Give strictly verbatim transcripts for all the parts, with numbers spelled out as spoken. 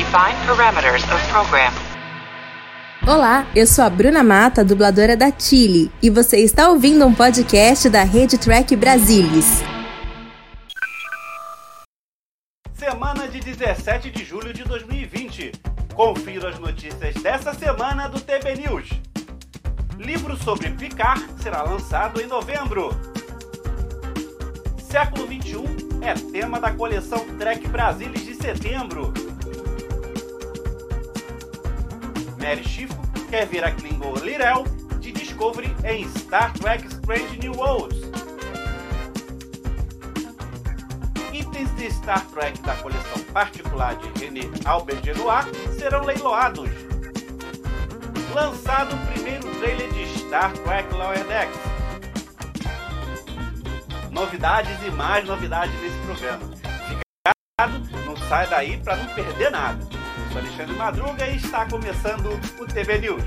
Define parameters of program. Olá, eu sou a Bruna Mata, dubladora da Tilly, e você está ouvindo um podcast da Rede Trek Brasilis. Semana de dezessete de julho de dois mil e vinte. Confira as notícias dessa semana do T V News. Livro sobre Picard será lançado em novembro. Século vinte e um é tema da coleção Trek Brasilis de setembro. Mary Chieffo quer ver a Klingon L'Rell de Discovery em Star Trek Strange New Worlds. Itens de Star Trek da coleção particular de René Auberjonois serão leiloados. Lançado o primeiro trailer de Star Trek Lower Decks. Novidades e mais novidades nesse programa. Fica ligado, não sai daí para não perder nada. Eu sou Alexandre Madruga e está começando o T V News.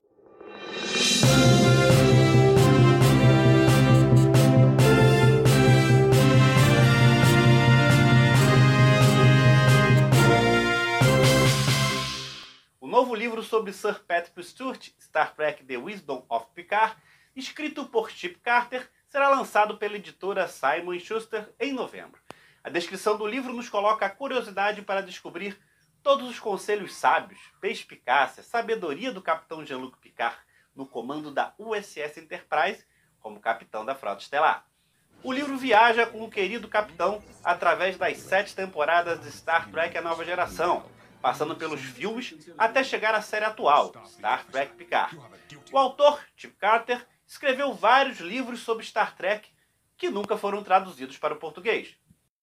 O novo livro sobre Sir Patrick Stewart, Star Trek The Wisdom of Picard, escrito por Chip Carter, será lançado pela editora Simon and Schuster em novembro. A descrição do livro nos coloca a curiosidade para descobrir todos os conselhos sábios, perspicácia, sabedoria do capitão Jean-Luc Picard no comando da U S S Enterprise como capitão da frota estelar. O livro viaja com o querido capitão através das sete temporadas de Star Trek A Nova Geração, passando pelos filmes até chegar à série atual, Star Trek Picard. O autor, Chip Carter, escreveu vários livros sobre Star Trek que nunca foram traduzidos para o português.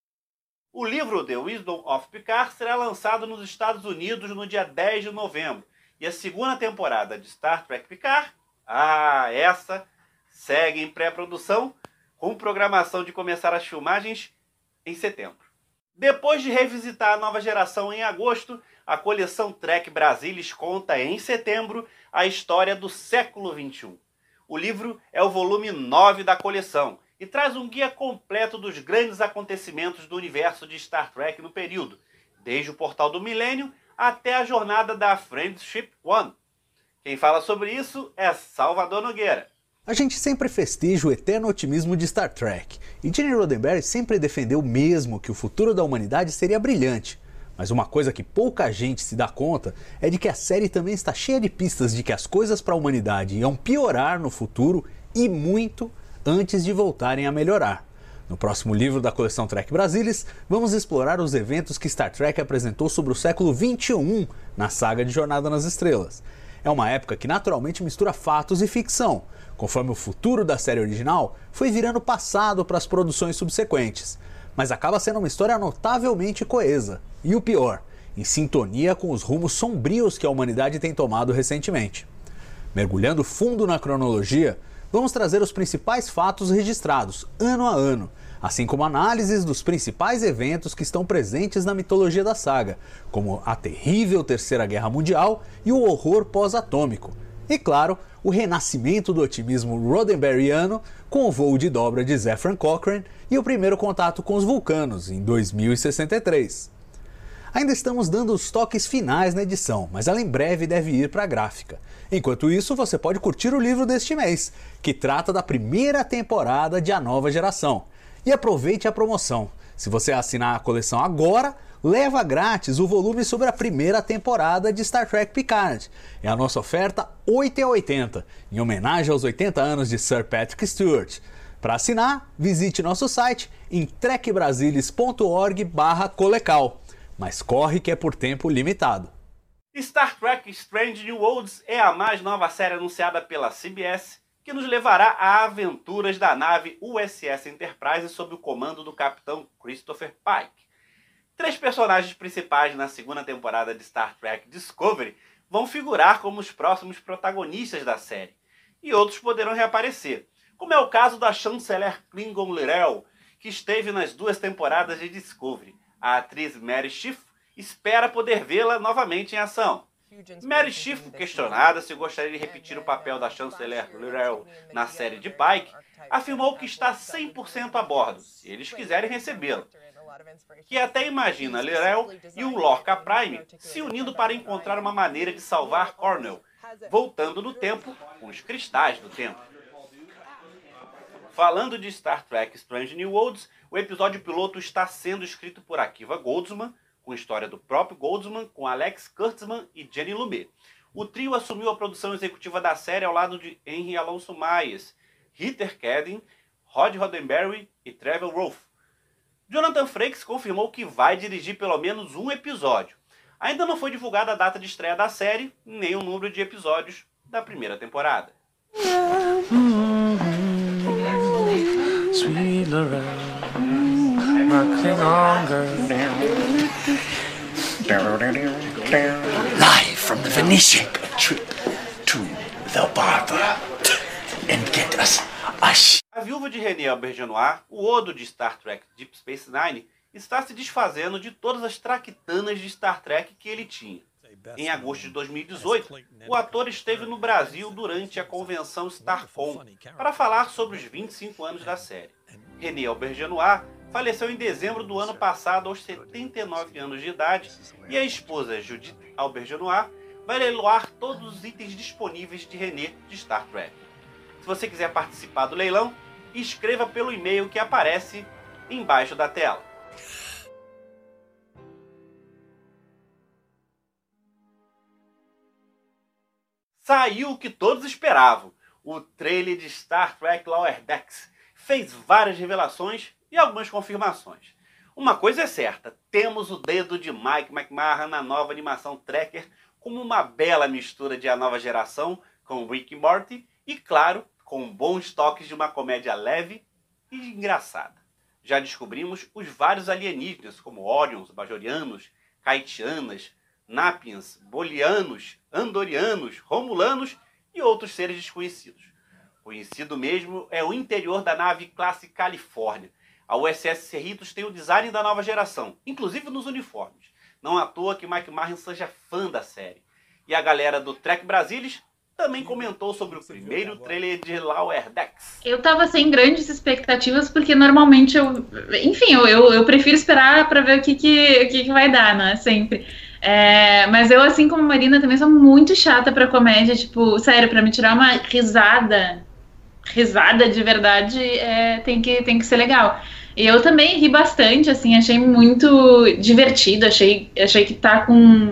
O livro The Wisdom of Picard será lançado nos Estados Unidos no dia dez de novembro. E a segunda temporada de Star Trek Picard, ah, essa, segue em pré-produção, com programação de começar as filmagens em setembro. Depois de revisitar a nova geração em agosto, a coleção Trek Brasilis conta em setembro a história do século vinte e um. O livro é o volume nove da coleção e traz um guia completo dos grandes acontecimentos do universo de Star Trek no período, desde o Portal do Milênio até a jornada da Friendship One. Quem fala sobre isso é Salvador Nogueira. A gente sempre festeja o eterno otimismo de Star Trek, e Gene Roddenberry sempre defendeu mesmo que o futuro da humanidade seria brilhante. Mas uma coisa que pouca gente se dá conta é de que a série também está cheia de pistas de que as coisas para a humanidade iam piorar no futuro e muito antes de voltarem a melhorar. No próximo livro da coleção Trek Brasilis, vamos explorar os eventos que Star Trek apresentou sobre o século vinte e um na saga de Jornada nas Estrelas. É uma época que naturalmente mistura fatos e ficção, conforme o futuro da série original foi virando passado para as produções subsequentes. Mas acaba sendo uma história notavelmente coesa. E o pior, em sintonia com os rumos sombrios que a humanidade tem tomado recentemente. Mergulhando fundo na cronologia, vamos trazer os principais fatos registrados, ano a ano, assim como análises dos principais eventos que estão presentes na mitologia da saga, como a terrível Terceira Guerra Mundial e o horror pós-atômico. E claro, o renascimento do otimismo roddenberryano com o voo de dobra de Zefram Cochrane e o primeiro contato com os vulcanos, em dois mil e sessenta e três. Ainda estamos dando os toques finais na edição, mas ela em breve deve ir para a gráfica. Enquanto isso, você pode curtir o livro deste mês, que trata da primeira temporada de A Nova Geração. E aproveite a promoção. Se você assinar a coleção agora, leva grátis o volume sobre a primeira temporada de Star Trek Picard. É a nossa oferta oito reais e oitenta centavos, em homenagem aos oitenta anos de Sir Patrick Stewart. Para assinar, visite nosso site em trekbrasilis ponto org barra colecal. Mas corre que é por tempo limitado. Star Trek Strange New Worlds é a mais nova série anunciada pela C B S, que nos levará a aventuras da nave U S S Enterprise sob o comando do capitão Christopher Pike. Três personagens principais na segunda temporada de Star Trek Discovery vão figurar como os próximos protagonistas da série, e outros poderão reaparecer, como é o caso da chanceler Klingon L'Rell, que esteve nas duas temporadas de Discovery. A atriz Mary Chieffo espera poder vê-la novamente em ação. Mary Chieffo, questionada se gostaria de repetir o papel da chanceler L'Rell na série de Pike, afirmou que está cem por cento a bordo, se eles quiserem recebê-la. que até imagina L'Rell e o Lorca Prime se unindo para encontrar uma maneira de salvar Cornell, voltando no tempo com os cristais do tempo. Falando de Star Trek Strange New Worlds, o episódio piloto está sendo escrito por Akiva Goldsman, com história do próprio Goldsman, com Alex Kurtzman e Jenny Lumet. O trio assumiu a produção executiva da série ao lado de Henry Alonso Myers, Heather Kedden, Rod Roddenberry e Trevor Rolfe. Jonathan Frakes confirmou que vai dirigir pelo menos um episódio. Ainda não foi divulgada a data de estreia da série, nem o número de episódios da primeira temporada. Sweet L'Rell, rocking on live from the Venetian, trip to the barber and get us a sh... A viúva de René Auberjonois, o Odo de Star Trek Deep Space Nine, está se desfazendo de todas as traquitanas de Star Trek que ele tinha. Em agosto de dois mil e dezoito, o ator esteve no Brasil durante a convenção StarCon para falar sobre os vinte e cinco anos da série. René Auberjonois faleceu em dezembro do ano passado aos setenta e nove anos de idade e a esposa Judith Auberjonois vai leiloar todos os itens disponíveis de René de Star Trek. Se você quiser participar do leilão, escreva pelo e-mail que aparece embaixo da tela. Saiu o que todos esperavam. O trailer de Star Trek Lower Decks fez várias revelações e algumas confirmações. Uma coisa é certa, temos o dedo de Mike McMahon na nova animação Trekker como uma bela mistura de A Nova Geração com Rick e Morty e, claro, com bons toques de uma comédia leve e engraçada. Já descobrimos os vários alienígenas como Orions, Bajorianos, Kaitianas, Napians, Bolianos, Andorianos, Romulanos e outros seres desconhecidos. Conhecido mesmo é o interior da nave classe Califórnia. A U S S Cerritos tem o design da nova geração, inclusive nos uniformes. Não à toa que Mike Martin seja fã da série. E a galera do Trek Brasilis também comentou sobre o primeiro trailer de Lower Decks. Eu tava sem grandes expectativas, porque normalmente eu... Enfim, eu, eu, eu prefiro esperar pra ver o que, que, o que, que vai dar, né? Sempre. É, mas eu, assim como a Marina, também sou muito chata pra comédia. Tipo, sério, pra me tirar uma risada, risada de verdade, é, tem, que, tem que ser legal. E eu também ri bastante, assim, achei muito divertido, achei, achei que tá com...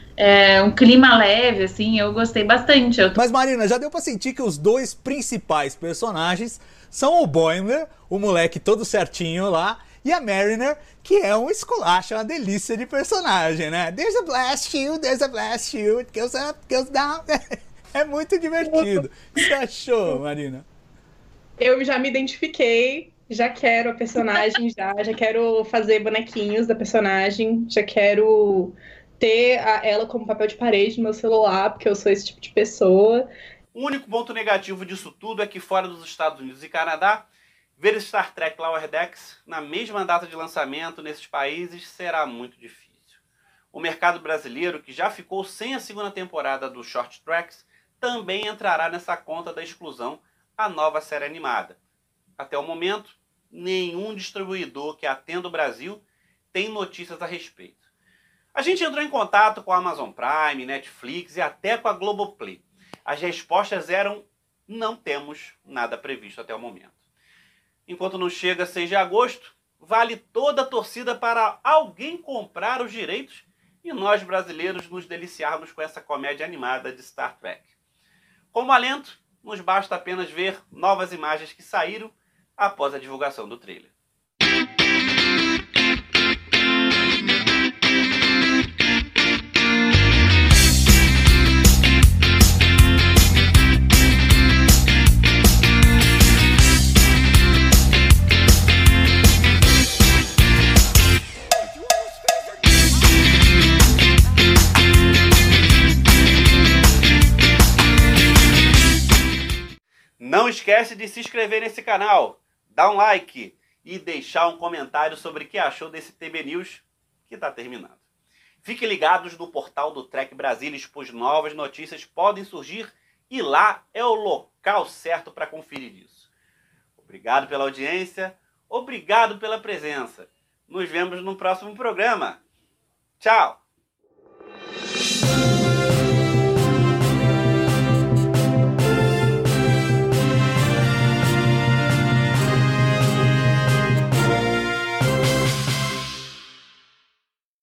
É, um clima leve, assim, eu gostei bastante. Eu... Mas Marina, já deu pra sentir que os dois principais personagens são o Boimler, o moleque todo certinho lá, e a Mariner, que é um esculacho, uma delícia de personagem, né? There's a blast shield, there's a blast shield, goes up, goes down. É muito divertido. O que você achou, Marina? Eu já me identifiquei, já quero a personagem, já, já quero fazer bonequinhos da personagem, já quero... ter a, ela como papel de parede no meu celular, porque eu sou esse tipo de pessoa. O único ponto negativo disso tudo é que fora dos Estados Unidos e Canadá, ver Star Trek Lower Decks na mesma data de lançamento nesses países será muito difícil. O mercado brasileiro, que já ficou sem a segunda temporada do Short Tracks, também entrará nessa conta da exclusão à nova série animada. Até o momento, nenhum distribuidor que atenda o Brasil tem notícias a respeito. A gente entrou em contato com a Amazon Prime, Netflix e até com a Globoplay. As respostas eram: não temos nada previsto até o momento. Enquanto não chega seis de agosto, vale toda a torcida para alguém comprar os direitos e nós brasileiros nos deliciarmos com essa comédia animada de Star Trek. Como alento, nos basta apenas ver novas imagens que saíram após a divulgação do trailer. Não esquece de se inscrever nesse canal, dar um like e deixar um comentário sobre o que achou desse T B News que está terminando. Fiquem ligados no portal do Trek Brasilis, pois novas notícias podem surgir e lá é o local certo para conferir isso. Obrigado pela audiência, obrigado pela presença. Nos vemos no próximo programa. Tchau!